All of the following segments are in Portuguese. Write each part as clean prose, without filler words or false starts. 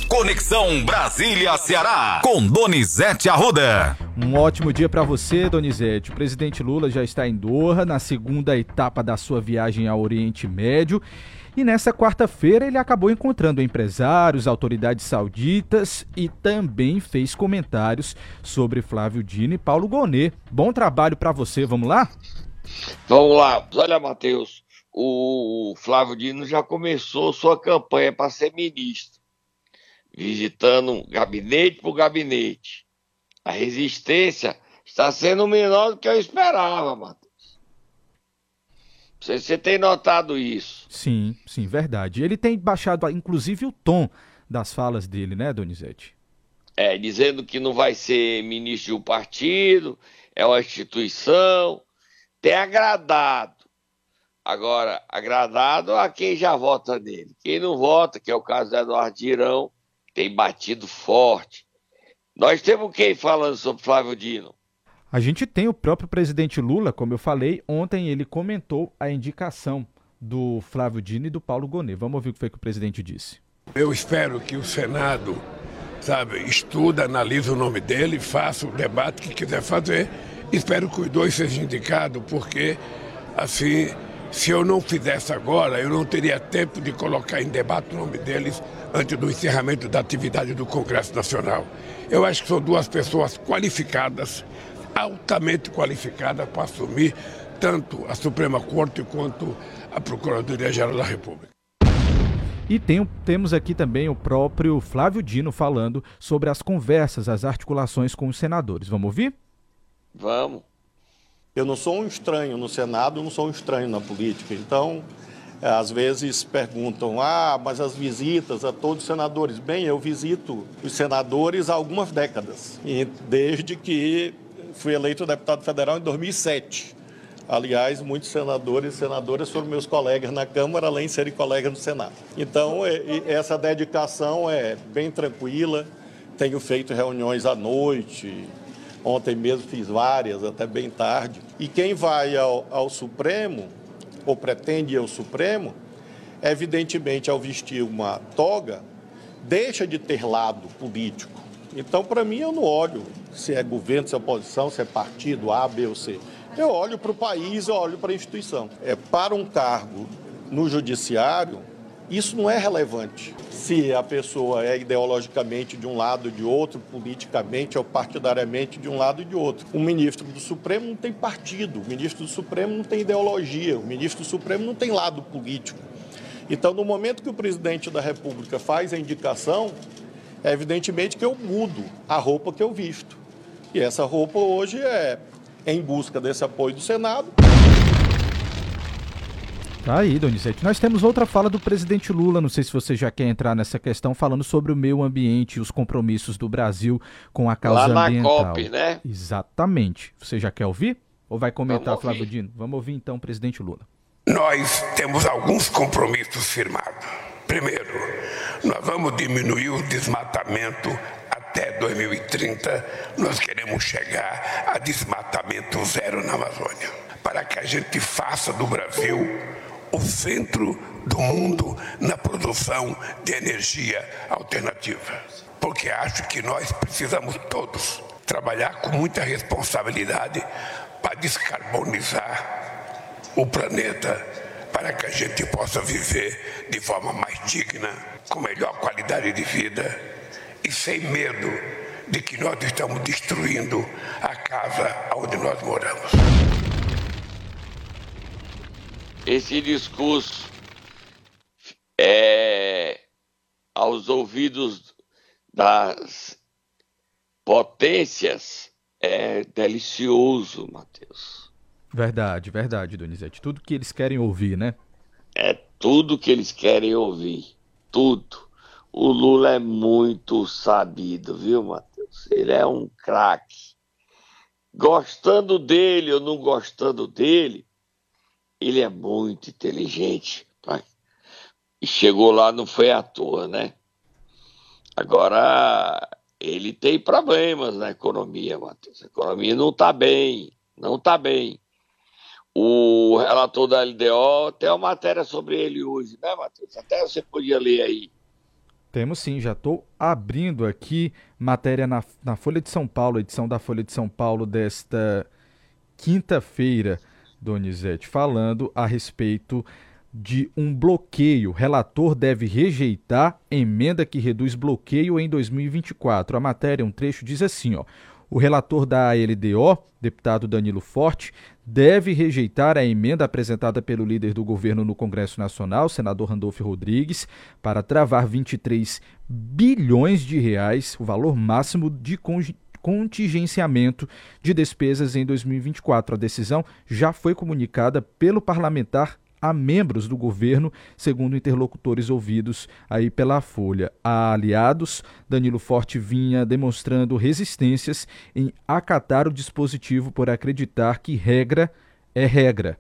Conexão Brasília-Ceará, com Donizete Arruda. Um ótimo dia para você, Donizete. O presidente Lula já está em Doha, na segunda etapa da sua viagem ao Oriente Médio. E nessa quarta-feira ele acabou encontrando empresários, autoridades sauditas e também fez comentários sobre Flávio Dino e Paulo Gonet. Bom trabalho para você, vamos lá? Vamos lá. Olha, Matheus, o Flávio Dino já começou sua campanha para ser ministro, visitando gabinete por gabinete. A resistência está sendo menor do que eu esperava, Matheus. Não sei se você tem notado isso. Sim, verdade. Ele tem baixado, inclusive, o tom das falas dele, né, Donizete? Dizendo que não vai ser ministro de um partido, é uma instituição. Tem agradado. Agora, agradado a quem já vota nele. Quem não vota, que é o caso do Eduardo Girão, tem batido forte. Nós temos quem falando sobre Flávio Dino? A gente tem o próprio presidente Lula, como eu falei, ontem ele comentou a indicação do Flávio Dino e do Paulo Gonet. Vamos ouvir o que foi que o presidente disse. Eu espero que o Senado, estuda, analise o nome dele, faça o debate que quiser fazer. Espero que os dois sejam indicados, porque, assim, se eu não fizesse agora, eu não teria tempo de colocar em debate o nome deles antes do encerramento da atividade do Congresso Nacional. Eu acho que são duas pessoas qualificadas, altamente qualificadas para assumir tanto a Suprema Corte quanto a Procuradoria-Geral da República. E temos aqui também o próprio Flávio Dino falando sobre as conversas, as articulações com os senadores. Vamos ouvir? Vamos. Eu não sou um estranho no Senado, não sou um estranho na política. Então, às vezes perguntam, mas as visitas a todos os senadores. Bem, eu visito os senadores há algumas décadas, desde que fui eleito deputado federal em 2007. Aliás, muitos senadores e senadoras foram meus colegas na Câmara, além de serem colegas no Senado. Então, essa dedicação é bem tranquila. Tenho feito reuniões à noite. Ontem mesmo fiz várias, até bem tarde. E quem vai ao Supremo, ou pretende ir ao Supremo, evidentemente, ao vestir uma toga, deixa de ter lado político. Então, para mim, eu não olho se é governo, se é oposição, se é partido A, B ou C. Eu olho para o país, eu olho para a instituição. Para um cargo no judiciário, isso não é relevante. Se a pessoa é ideologicamente de um lado ou de outro, politicamente ou partidariamente de um lado e de outro. O ministro do Supremo não tem partido, o ministro do Supremo não tem ideologia, o ministro do Supremo não tem lado político. Então, no momento que o presidente da República faz a indicação, é evidentemente que eu mudo a roupa que eu visto. E essa roupa hoje é em busca desse apoio do Senado. Tá aí, Donizete. Nós temos outra fala do presidente Lula, não sei se você já quer entrar nessa questão, falando sobre o meio ambiente e os compromissos do Brasil com a causa ambiental. Lá na COP, né? Exatamente. Você já quer ouvir? Ou vai comentar, Flávio Dino? Vamos ouvir então o presidente Lula. Nós temos alguns compromissos firmados. Primeiro, nós vamos diminuir o desmatamento até 2030. Nós queremos chegar a desmatamento zero na Amazônia, para que a gente faça do Brasil o centro do mundo na produção de energia alternativa. Porque acho que nós precisamos todos trabalhar com muita responsabilidade para descarbonizar o planeta, para que a gente possa viver de forma mais digna, com melhor qualidade de vida e sem medo de que nós estamos destruindo a casa onde nós moramos. Esse discurso aos ouvidos das potências é delicioso, Matheus. Verdade, Donizete. Tudo que eles querem ouvir, né? É tudo que eles querem ouvir. Tudo. O Lula é muito sabido, viu, Matheus? Ele é um craque. Gostando dele ou não gostando dele, ele é muito inteligente. E chegou lá, não foi à toa, né? Agora, ele tem problemas na economia, Matheus. A economia não está bem, não está bem. O relator da LDO tem uma matéria sobre ele hoje, né, Matheus? Até você podia ler aí. Temos sim, já estou abrindo aqui matéria na Folha de São Paulo, edição da Folha de São Paulo desta quinta-feira, Donizete, falando a respeito de um bloqueio. Relator deve rejeitar emenda que reduz bloqueio em 2024. A matéria, um trecho, diz assim, ó. O relator da LDO, deputado Danilo Forte, deve rejeitar a emenda apresentada pelo líder do governo no Congresso Nacional, senador Randolfo Rodrigues, para travar 23 bilhões de reais, o valor máximo de contingenciamento de despesas em 2024. A decisão já foi comunicada pelo parlamentar a membros do governo, segundo interlocutores ouvidos aí pela Folha. A aliados, Danilo Forte vinha demonstrando resistências em acatar o dispositivo por acreditar que regra é regra.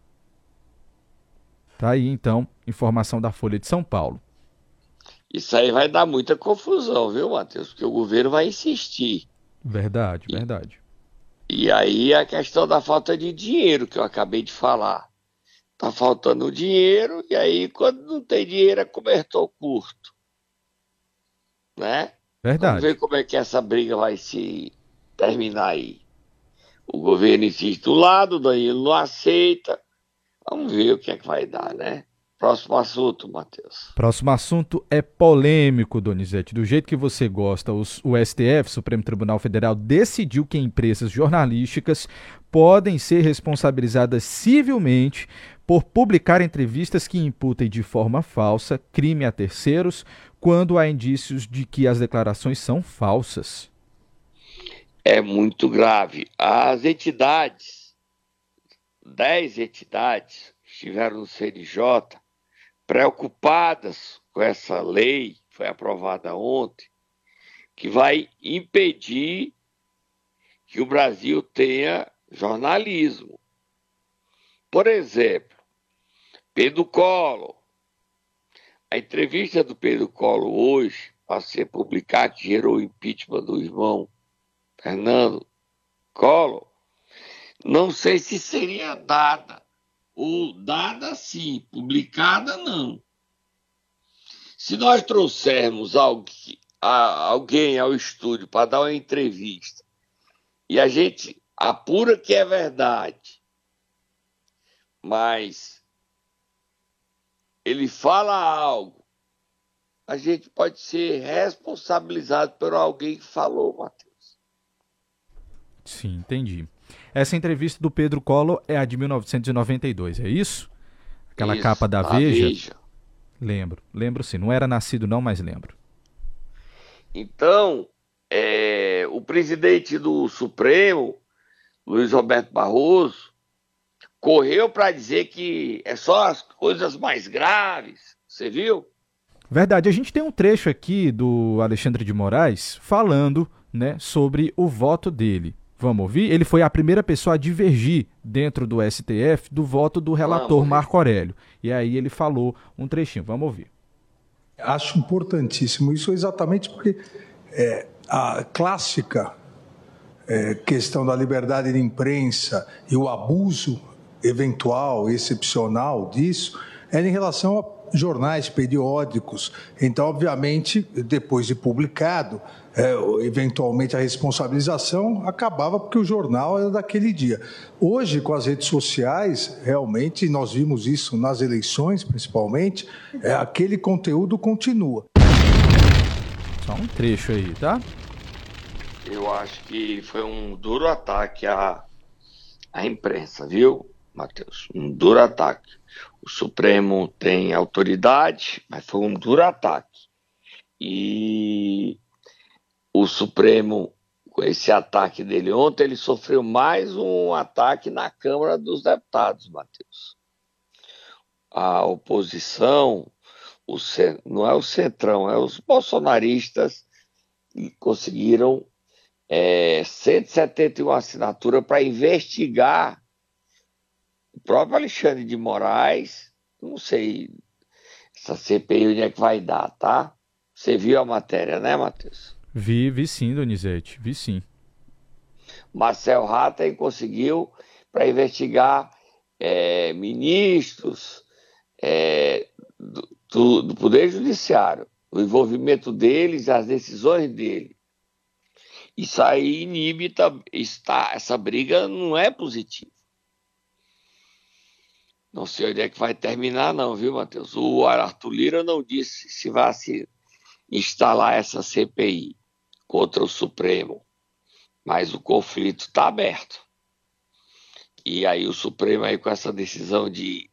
Tá aí, então, informação da Folha de São Paulo. Isso aí vai dar muita confusão, viu, Matheus? Porque o governo vai insistir. Verdade, verdade. E aí a questão da falta de dinheiro que eu acabei de falar. Tá faltando dinheiro, e aí quando não tem dinheiro é cobertor curto. Né? Verdade. Vamos ver como é que essa briga vai se terminar aí. O governo insiste do lado, o Danilo não aceita. Vamos ver o que é que vai dar, né? Próximo assunto, Matheus. Próximo assunto é polêmico, Donizete. Do jeito que você gosta, o STF, Supremo Tribunal Federal, decidiu que empresas jornalísticas podem ser responsabilizadas civilmente por publicar entrevistas que imputem de forma falsa crime a terceiros quando há indícios de que as declarações são falsas. É muito grave. As entidades, 10 entidades que estiveram no CNJ, preocupadas com essa lei, que foi aprovada ontem, que vai impedir que o Brasil tenha jornalismo. Por exemplo, Pedro Collor. A entrevista do Pedro Collor hoje, a ser publicada, que gerou o impeachment do irmão Fernando Collor, não sei se seria dada, ou dada sim, publicada não. Se nós trouxermos alguém ao estúdio para dar uma entrevista e a gente apura que é verdade, mas ele fala algo, a gente pode ser responsabilizado por alguém que falou, Matheus. Sim, entendi. Essa entrevista do Pedro Collor é a de 1992, é isso? Aquela Isso, capa da Veja? Lembro sim. Não era nascido não, mas lembro. Então, o presidente do Supremo, Luiz Roberto Barroso, correu para dizer que é só as coisas mais graves. Você viu? Verdade. A gente tem um trecho aqui do Alexandre de Moraes falando, né, sobre o voto dele. Vamos ouvir? Ele foi a primeira pessoa a divergir dentro do STF do voto do relator Marco Aurélio. E aí ele falou um trechinho. Vamos ouvir. Acho importantíssimo isso exatamente porque a clássica questão da liberdade de imprensa e o abuso eventual, excepcional disso, era em relação a jornais periódicos. Então, obviamente, depois de publicado, eventualmente a responsabilização acabava porque o jornal era daquele dia. Hoje, com as redes sociais, realmente, nós vimos isso nas eleições, principalmente, aquele conteúdo continua. Só um trecho aí, tá? Eu acho que foi um duro ataque à imprensa, viu, Matheus? Um duro ataque. O Supremo tem autoridade, mas foi um duro ataque. E o Supremo, com esse ataque dele ontem, ele sofreu mais um ataque na Câmara dos Deputados, Matheus. A oposição, não é o Centrão, é os bolsonaristas que conseguiram 171 assinaturas para investigar o próprio Alexandre de Moraes. Não sei essa CPI onde é que vai dar, tá? Você viu a matéria, né, Matheus? Vi sim, Donizete, vi sim. Marcel Hatten conseguiu para investigar ministros do Poder Judiciário. o envolvimento deles, as decisões dele. Isso aí inibe, essa briga não é positiva. Não sei onde é que vai terminar não, viu, Matheus? O Arthur Lira não disse se vai se instalar essa CPI contra o Supremo, mas o conflito está aberto. E aí o Supremo aí com essa decisão de...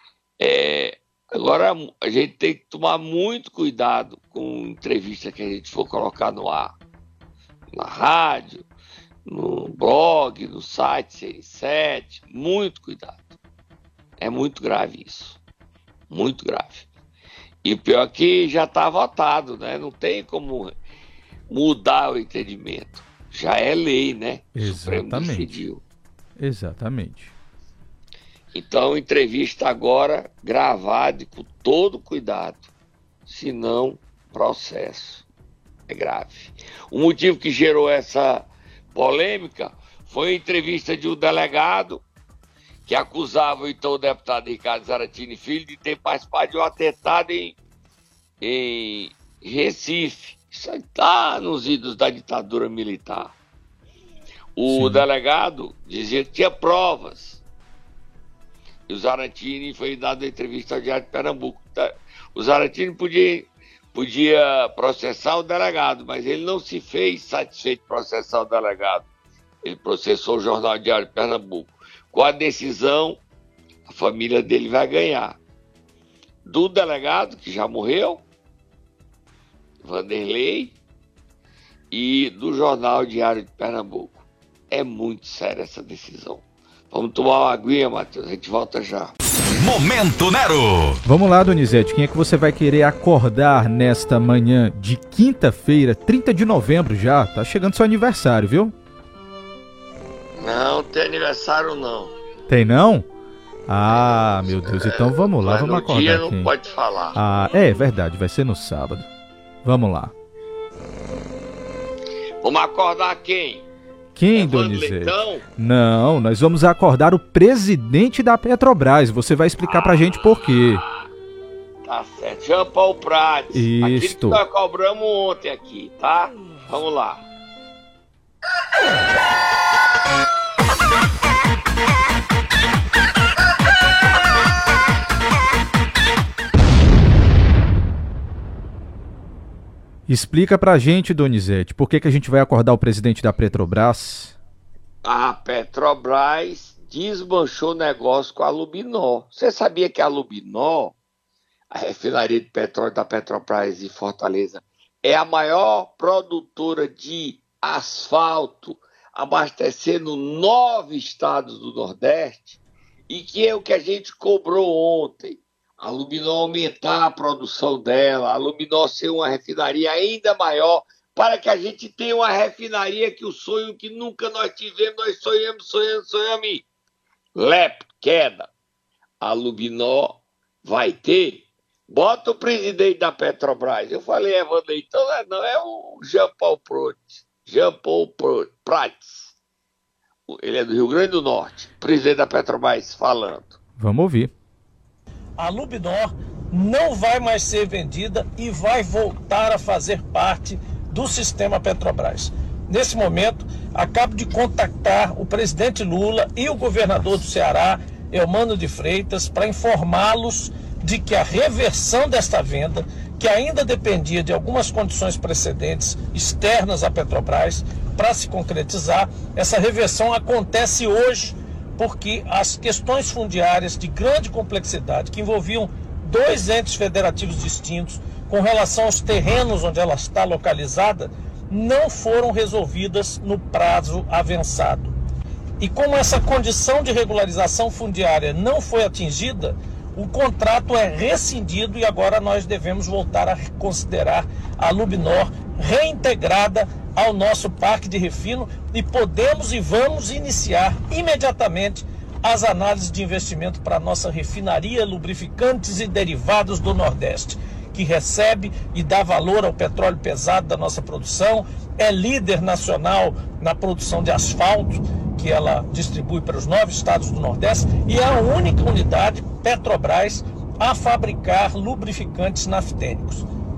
Agora a gente tem que tomar muito cuidado com entrevista que a gente for colocar no ar. Na rádio, no blog, no site CN7, muito cuidado. É muito grave isso, muito grave. E o pior é que já está votado, né? Não tem como mudar o entendimento. Já é lei, né? O Supremo decidiu. Exatamente. Então, entrevista agora gravada e com todo cuidado, senão processo. É grave. O motivo que gerou essa polêmica foi a entrevista de um delegado que acusava então o deputado Ricardo Zaratini Filho de ter participado de um atentado em Recife. Isso aí está nos idos da ditadura militar. O delegado dizia que tinha provas. E o Zaratini foi dado a entrevista ao Diário de Pernambuco. O Zaratini podia processar o delegado, mas ele não se fez satisfeito de processar o delegado. Ele processou o jornal Diário de Pernambuco. Com a decisão, a família dele vai ganhar. Do delegado, que já morreu, Vanderlei, e do jornal Diário de Pernambuco. É muito séria essa decisão. Vamos tomar uma aguinha, Matheus, a gente volta já. Momento Nero! Vamos lá, Donizete, quem é que você vai querer acordar nesta manhã de quinta-feira, 30 de novembro já? Tá chegando seu aniversário, viu? Não tem aniversário não. Tem não? Ah, meu Deus, então vamos lá, vamos acordar dia aqui. Não pode falar. Ah, é verdade, vai ser no sábado. Vamos lá. Vamos acordar quem? Quem, Donizete? Não, nós vamos acordar o presidente da Petrobras. Você vai explicar pra gente por quê. Tá certo. Jean Paul Prats. Isso. Aquilo que nós cobramos ontem aqui, tá? Vamos lá. Explica pra gente, Donizete, por que a gente vai acordar o presidente da Petrobras? A Petrobras desmanchou negócio com a Luminor. Você sabia que a Luminor, a refinaria de petróleo da Petrobras em Fortaleza, é a maior produtora de asfalto, abastecendo 9 estados do Nordeste? E que é o que a gente cobrou ontem. A Luminor aumentar a produção dela, a Luminor ser uma refinaria ainda maior, para que a gente tenha uma refinaria que o sonho que nunca nós tivemos, nós sonhamos, queda. A Luminor vai ter. Bota o presidente da Petrobras. Eu falei, Vanderlei, então não é o Jean Paul Prats. Ele é do Rio Grande do Norte, presidente da Petrobras falando. Vamos ouvir. A Luminor não vai mais ser vendida e vai voltar a fazer parte do sistema Petrobras. Nesse momento, acabo de contactar o presidente Lula e o governador do Ceará, Eumano de Freitas, para informá-los de que a reversão desta venda, que ainda dependia de algumas condições precedentes externas à Petrobras, para se concretizar, essa reversão acontece hoje, porque as questões fundiárias de grande complexidade, que envolviam 2 entes federativos distintos, com relação aos terrenos onde ela está localizada, não foram resolvidas no prazo avançado. E como essa condição de regularização fundiária não foi atingida, o contrato é rescindido e agora nós devemos voltar a considerar a Luminor reintegrada ao nosso parque de refino e podemos e vamos iniciar imediatamente as análises de investimento para a nossa refinaria, lubrificantes e derivados do Nordeste, que recebe e dá valor ao petróleo pesado da nossa produção, é líder nacional na produção de asfalto, que ela distribui para os 9 estados do Nordeste, e é a única unidade Petrobras a fabricar lubrificantes naftênicos.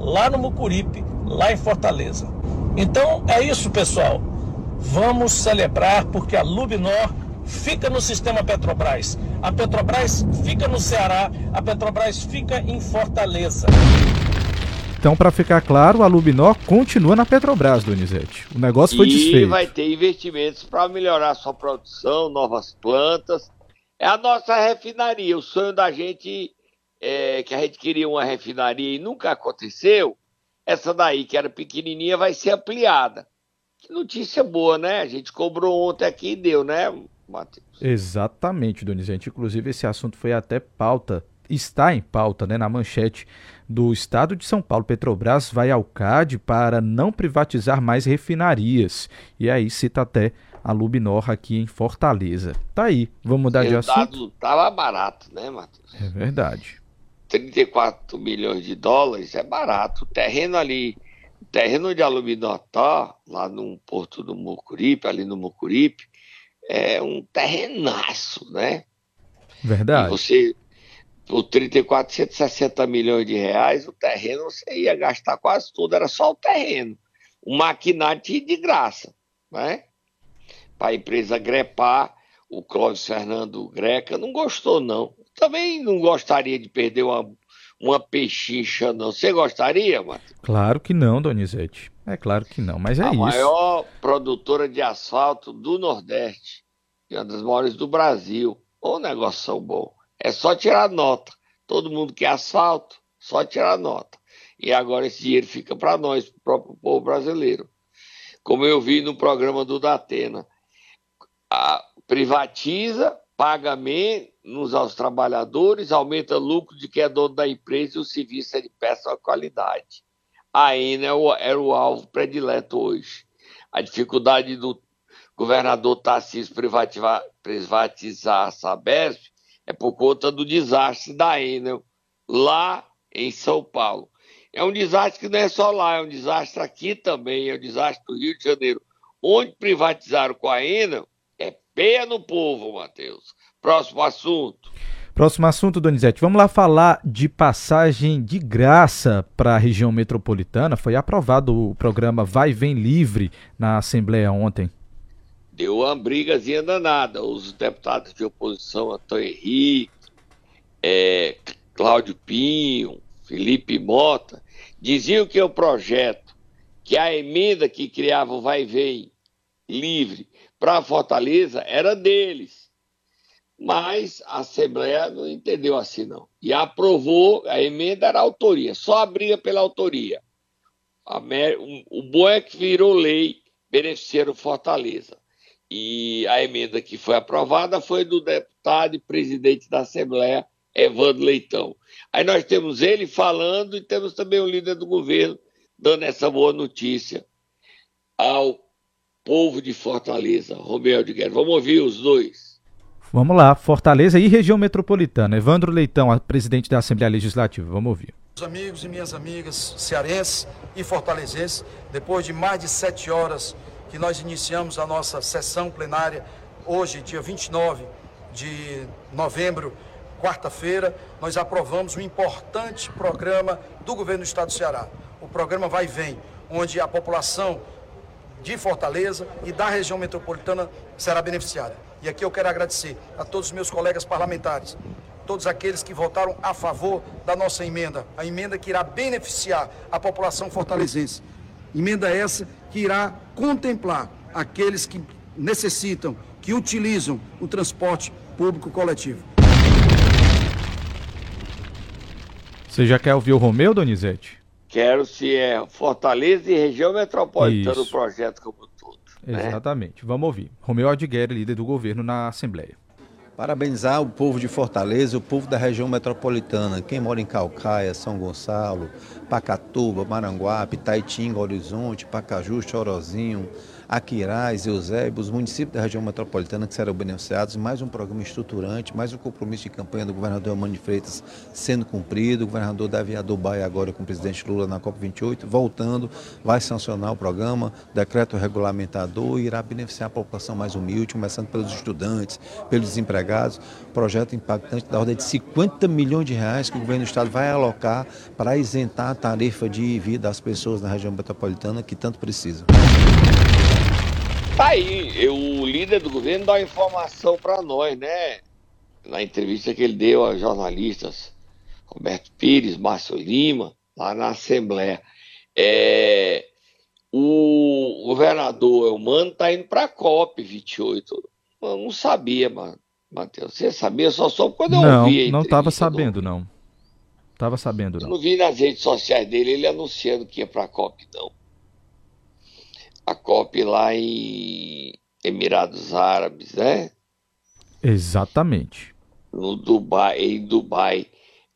lá no Mucuripe, lá em Fortaleza. Então é isso, pessoal. Vamos celebrar porque a Lubnor fica no sistema Petrobras. A Petrobras fica no Ceará, a Petrobras fica em Fortaleza. Então, para ficar claro, a Lubnor continua na Petrobras, Donizete. O negócio foi desfeito. E vai ter investimentos para melhorar sua produção, novas plantas. É a nossa refinaria. O sonho da gente que a gente queria uma refinaria e nunca aconteceu. Essa daí, que era pequenininha, vai ser ampliada. Que notícia boa, né? A gente cobrou ontem aqui e deu, né, Matheus? Exatamente, Donizete. Inclusive, esse assunto foi até pauta, está em pauta, né, na manchete do Estado de São Paulo. Petrobras vai ao CAD para não privatizar mais refinarias. E aí cita até a Lubnor aqui em Fortaleza. Tá aí, vamos mudar de assunto? Tava barato, né, Matheus? É verdade. 34 milhões de dólares é barato. O terreno onde a Lubnor tá, lá no Porto do Mucuripe, ali no Mucuripe, é um terrenaço, né? Verdade. E você, por 34, 160 milhões de reais, o terreno você ia gastar quase tudo, era só o terreno. O maquinário tinha de graça, né? Para a empresa grepar, o Clóvis Fernando Greca não gostou, não. Também não gostaria de perder uma pechincha, não. Você gostaria, Matheus? Claro que não, Donizete. É claro que não, mas é isso. A maior produtora de asfalto do Nordeste e uma das maiores do Brasil. Ô, negócio bom. É só tirar nota. Todo mundo quer asfalto, só tirar nota. E agora esse dinheiro fica para nós, para o próprio povo brasileiro. Como eu vi no programa do Datena. Privatiza, paga menos aos trabalhadores, aumenta o lucro de quem é dono da empresa e o serviço é de péssima qualidade. A Enel era o alvo predileto hoje. A dificuldade do governador Tarcísio privatizar a Sabesp é por conta do desastre da Enel lá em São Paulo. É um desastre que não é só lá, é um desastre aqui também, é um desastre do Rio de Janeiro. Onde privatizaram com a Enel, é peia no povo, Matheus. Próximo assunto. Próximo assunto, Donizete. Vamos lá falar de passagem de graça para a região metropolitana. Foi aprovado o programa Vai e Vem Livre na Assembleia ontem. Deu uma brigazinha danada. Os deputados de oposição, Antônio Henrique, Cláudio Pinho, Felipe Mota, diziam que o projeto, que a emenda que criava o Vai e Vem Livre para Fortaleza era deles. Mas a Assembleia não entendeu assim, não. E aprovou, a emenda era a autoria, só a briga pela autoria. O bom é que virou lei, beneficiando Fortaleza. E a emenda que foi aprovada foi do deputado e presidente da Assembleia, Evandro Leitão. Aí nós temos ele falando e temos também o líder do governo dando essa boa notícia ao povo de Fortaleza, Romeu de Guerra. Vamos ouvir os dois. Vamos lá, Fortaleza e região metropolitana. Evandro Leitão, presidente da Assembleia Legislativa. Vamos ouvir. Meus amigos e minhas amigas cearenses e fortalezenses, depois de mais de 7 horas que nós iniciamos a nossa sessão plenária, hoje, dia 29 de novembro, quarta-feira, nós aprovamos um importante programa do governo do Estado do Ceará. O programa Vai e Vem, onde a população de Fortaleza e da região metropolitana será beneficiada. E aqui eu quero agradecer a todos os meus colegas parlamentares, todos aqueles que votaram a favor da nossa emenda, a emenda que irá beneficiar a população fortalezense. Emenda essa que irá contemplar aqueles que necessitam, que utilizam o transporte público coletivo. Você já quer ouvir o Romeu, Donizete? Quero, se é Fortaleza e região metropolitana do projeto como um todo. Exatamente. Vamos ouvir. Romeu Aldigueri, líder do governo na Assembleia. Parabenizar o povo de Fortaleza, o povo da região metropolitana, quem mora em Calcaia, São Gonçalo, Pacatuba, Maranguape, Itaitinga, Horizonte, Pacaju, Chorozinho, Aquiraz, Eusébio, os municípios da região metropolitana que serão beneficiados, mais um programa estruturante, mais um compromisso de campanha do governador Eumânio de Freitas sendo cumprido, o governador deve ir a Dubai agora com o presidente Lula na COP28, voltando, vai sancionar o programa, decreto regulamentador e irá beneficiar a população mais humilde, começando pelos estudantes, pelos desempregados, empregados, projeto impactante da ordem de 50 milhões de reais que o governo do estado vai alocar para isentar a tarifa de vida das pessoas na região metropolitana que tanto precisam. Tá aí, o líder do governo dá uma informação para nós, né? Na entrevista que ele deu a jornalistas Roberto Pires, Márcio Lima, lá na Assembleia. O governador Eumano está indo para a COP28. Eu não sabia, Matheus. Você sabia? Só soube quando eu ouvi. Não estava sabendo, não. Estava sabendo, Eu não. não vi nas redes sociais dele ele anunciando que ia para a COP, não. A COP lá em Emirados Árabes, né? Exatamente. Em Dubai.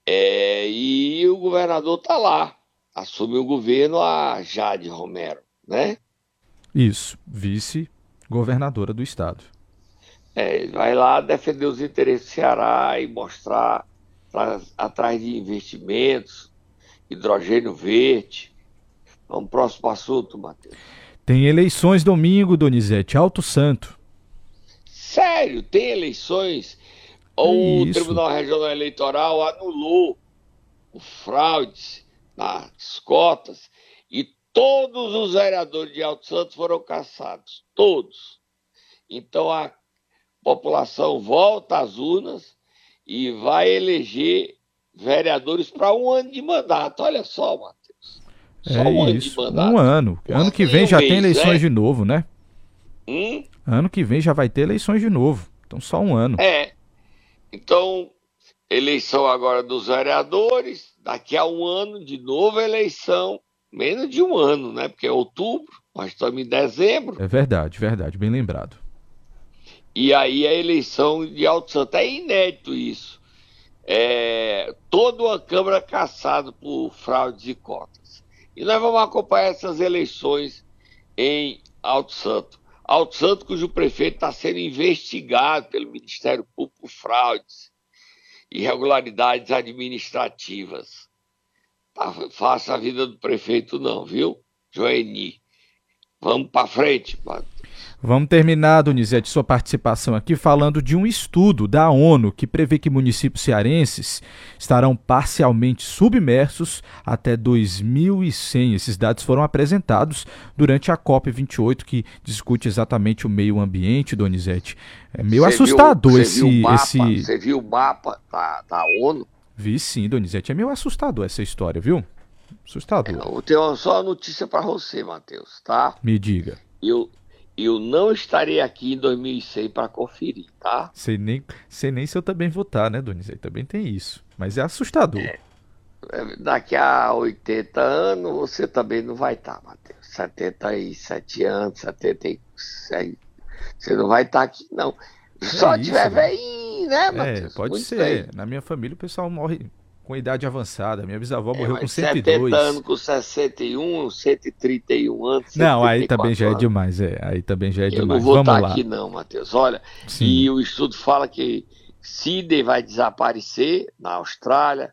E o governador tá lá. Assume o governo a Jade Romero, né? Isso, vice-governadora do estado. Ele vai lá defender os interesses do Ceará e mostrar atrás de investimentos, hidrogênio verde. Vamos pro próximo assunto, Matheus. Tem eleições domingo, Donizete, Alto Santo. Sério, tem eleições? O Tribunal Regional Eleitoral anulou o fraude nas cotas e todos os vereadores de Alto Santo foram cassados. Todos. Então a população volta às urnas e vai eleger vereadores para 1 ano de mandato. Olha só, Matheus. Só um ano de mandato. 1 ano. Ano que vem já tem eleições de novo, né? Ano que vem já vai ter eleições de novo. Então só 1 ano. Então, eleição agora dos vereadores, daqui a 1 ano, de novo eleição, menos de 1 ano, né? Porque é outubro, nós estamos em dezembro. É verdade, bem lembrado. E aí a eleição de Alto Santo, é inédito isso. Toda uma Câmara caçada por fraudes e cotas. E nós vamos acompanhar essas eleições em Alto Santo. Alto Santo, cujo prefeito está sendo investigado pelo Ministério Público por fraudes e irregularidades administrativas. Tá fácil a vida do prefeito não, viu, Joeni? Vamos para frente, mano. Vamos terminar, Donizete, sua participação aqui falando de um estudo da ONU que prevê que municípios cearenses estarão parcialmente submersos até 2100. Esses dados foram apresentados durante a COP28, que discute exatamente o meio ambiente, Donizete. É meio assustador Você viu o mapa da ONU? Vi sim, Donizete. É meio assustador essa história, viu? Assustador. Eu tenho só uma notícia para você, Matheus, tá? Me diga. Eu não estarei aqui em 2100 para conferir, tá? Sei nem se eu também vou estar, né, Donizete? Também tem isso. Mas é assustador. Daqui a 80 anos você também não vai estar, Matheus. 77 anos, 76. Você não vai estar aqui, não. Só tiver velhinho, né, Matheus? Pode muito ser. velho. Na minha família o pessoal morre com idade avançada. Minha bisavó morreu com 70 102. anos com 61, 131 anos. Não, aí também já é demais. Aí também já é demais. Eu não vou Vamos estar lá. aqui não, Matheus. Olha, Sim. E o estudo fala que Sydney vai desaparecer na Austrália,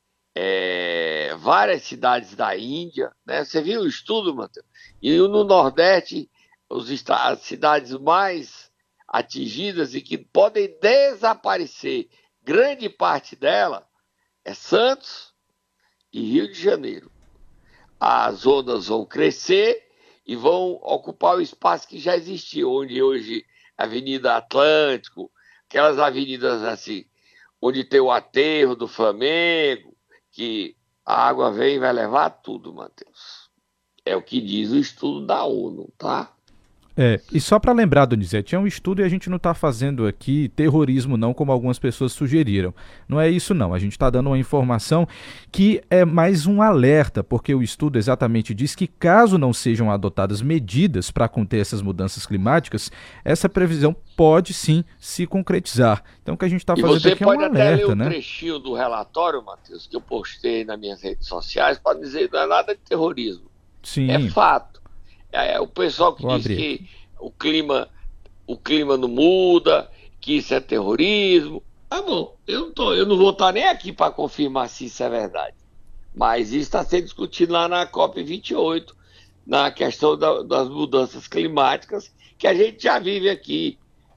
várias cidades da Índia, né? Você viu o estudo, Matheus? E no Nordeste, as cidades mais atingidas e que podem desaparecer, grande parte dela é Santos e Rio de Janeiro. As ondas vão crescer e vão ocupar o espaço que já existia, onde hoje Avenida Atlântico, aquelas avenidas assim, onde tem o aterro do Flamengo, que a água vem e vai levar tudo, Matheus. É o que diz o estudo da ONU, tá? E só para lembrar, Donizete, é um estudo e a gente não está fazendo aqui terrorismo não, como algumas pessoas sugeriram. Não é isso não, a gente está dando uma informação que é mais um alerta, porque o estudo exatamente diz que caso não sejam adotadas medidas para conter essas mudanças climáticas, essa previsão pode sim se concretizar. Então o que a gente está fazendo aqui é um alerta, né? Você pode até ler um trechinho do relatório, Matheus, que eu postei nas minhas redes sociais, pode dizer que não é nada de terrorismo. Sim. É fato. O pessoal que diz que o clima não muda, que isso é terrorismo. Tá bom, eu não vou estar nem aqui para confirmar se isso é verdade. Mas isso está sendo discutido lá na COP28, na questão das mudanças climáticas, que a gente já vive aqui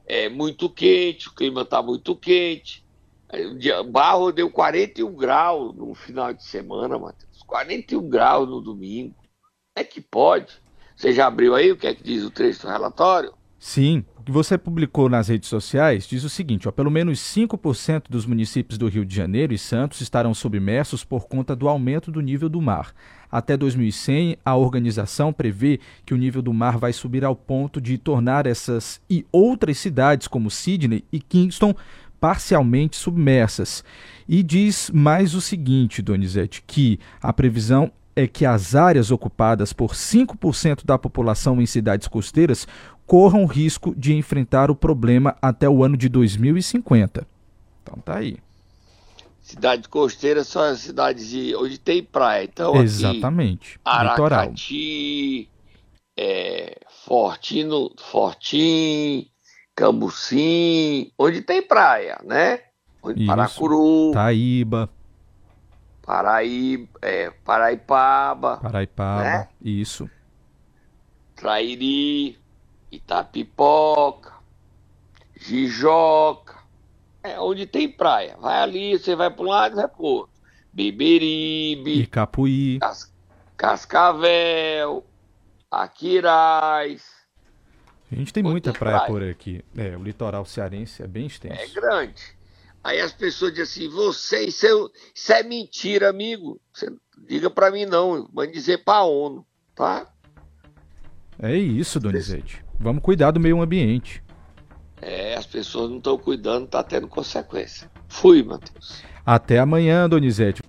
é muito quente, o clima está muito quente. Barro deu 41 graus no final de semana, Matheus. 41 graus no domingo. É que pode. Você já abriu aí o que é que diz o trecho do relatório? Sim, o que você publicou nas redes sociais diz o seguinte, pelo menos 5% dos municípios do Rio de Janeiro e Santos estarão submersos por conta do aumento do nível do mar. Até 2100, a organização prevê que o nível do mar vai subir ao ponto de tornar essas e outras cidades como Sydney e Kingston parcialmente submersas. E diz mais o seguinte, Donizete, que a previsão é que as áreas ocupadas por 5% da população em cidades costeiras corram risco de enfrentar o problema até o ano de 2050. Então tá aí. Cidades costeiras são as cidades onde tem praia. Então, exatamente. Aqui, litoral. Aracati, Fortim, Cambucim, onde tem praia, né? Onde Paracuru, Paraipaba, né? Isso. Trairi, Itapipoca, Jijoca, onde tem praia. Vai ali, você vai para um lado e vai para o outro. Beberibe, Icapuí, Cascavel, Aquiraz. A gente tem muita praia por aqui. O litoral cearense é bem extenso. É grande. Aí as pessoas dizem assim, isso é mentira, amigo. Você não diga para mim não, vai dizer para a ONU, tá? É isso, Donizete. Vamos cuidar do meio ambiente. As pessoas não estão cuidando, tá tendo consequência. Fui, Matheus. Até amanhã, Donizete.